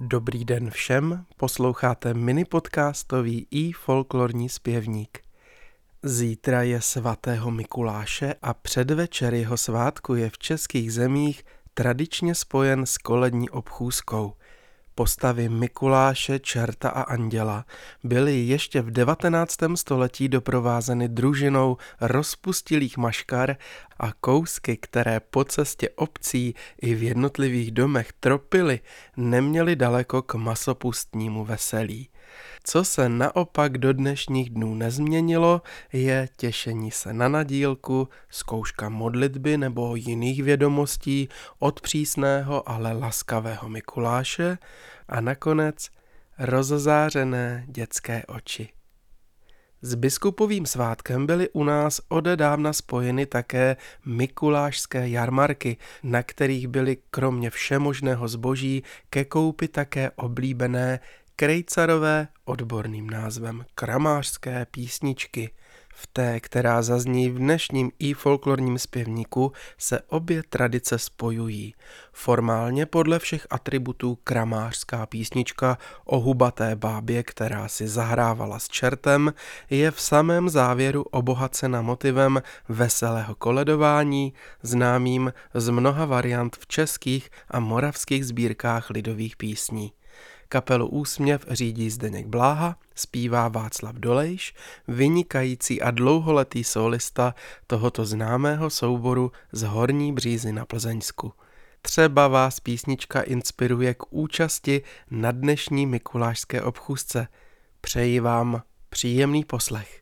Dobrý den všem, posloucháte minipodcastový i folklorní zpěvník. Zítra je svatého Mikuláše a předvečer jeho svátku je v českých zemích tradičně spojen s kolední obchůzkou. Postavy Mikuláše, čerta a anděla byly ještě v 19. století doprovázeny družinou rozpustilých maškar a kousky, které po cestě obcí i v jednotlivých domech tropily, neměly daleko k masopustnímu veselí. Co se naopak do dnešních dnů nezměnilo, je těšení se na nadílku, zkouška modlitby nebo jiných vědomostí od přísného, ale laskavého Mikuláše a nakonec rozzářené dětské oči. S biskupovým svátkem byly u nás odedávna spojeny také mikulášské jarmarky, na kterých byly kromě všemožného zboží ke koupi také oblíbené krejcarové, odborným názvem kramářské písničky. V té, která zazní v dnešním i folklorním zpěvníku, se obě tradice spojují. Formálně podle všech atributů kramářská písnička o hubaté bábě, která si zahrávala s čertem, je v samém závěru obohacena motivem veselého koledování, známým z mnoha variant v českých a moravských sbírkách lidových písní. Kapelu Úsměv řídí Zdeněk Bláha, zpívá Václav Dolejš, vynikající a dlouholetý solista tohoto známého souboru z Horní Břízy na Plzeňsku. Třeba vás písnička inspiruje k účasti na dnešní mikulášské obchůzce. Přeji vám příjemný poslech.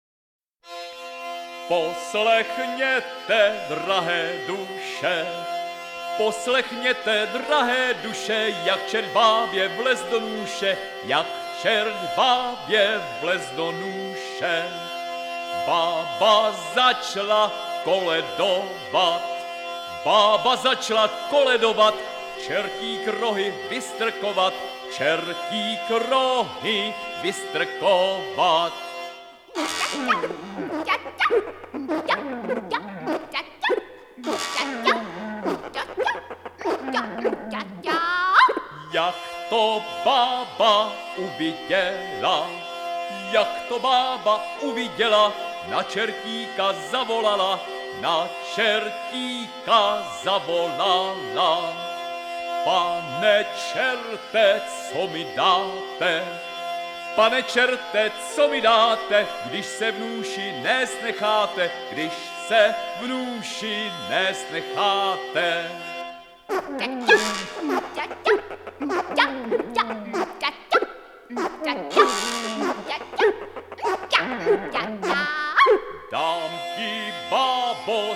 Poslechněte, drahé duše, poslechněte, drahé duše, jak čert bábě vlez do nůše, jak čert bábě vlez do nůše. Bába začala koledovat, čertí krohy vystrkovat, čertí krohy vystrkovat. Jak to bába uviděla, na čertíka zavolala, Pane čerte, co mi dáte, když se v nůši nést necháte, Dám ti, bábo,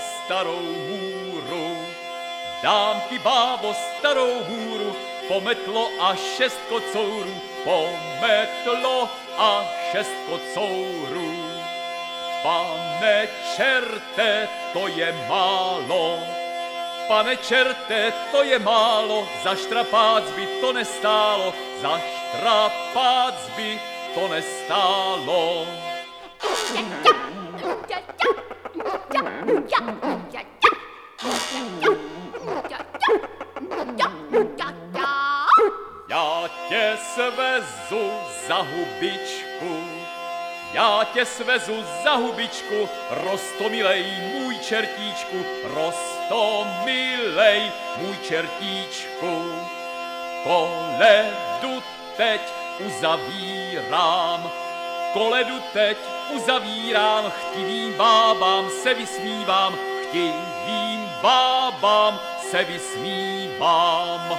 starou hůru, pometlo a 6 kocourů. Pane čerte, to je málo, za štrapác by to nestálo, Já tě svezu za hubičku, Rostomilej, můj čertíčku. Koledu teď uzavírám, chtivým bábám se vysmívám.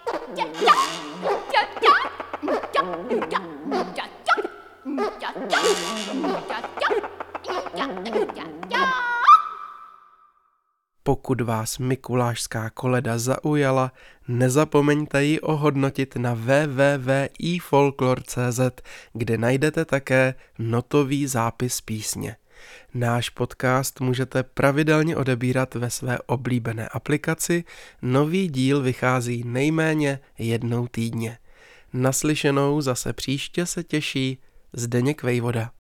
Pokud vás mikulášská koleda zaujala, nezapomeňte ji ohodnotit na www.ifolklor.cz, kde najdete také notový zápis písně. Náš podcast můžete pravidelně odebírat ve své oblíbené aplikaci, nový díl vychází nejméně jednou týdně. Naslyšenou zase příště se těší Zdeněk Vejvoda.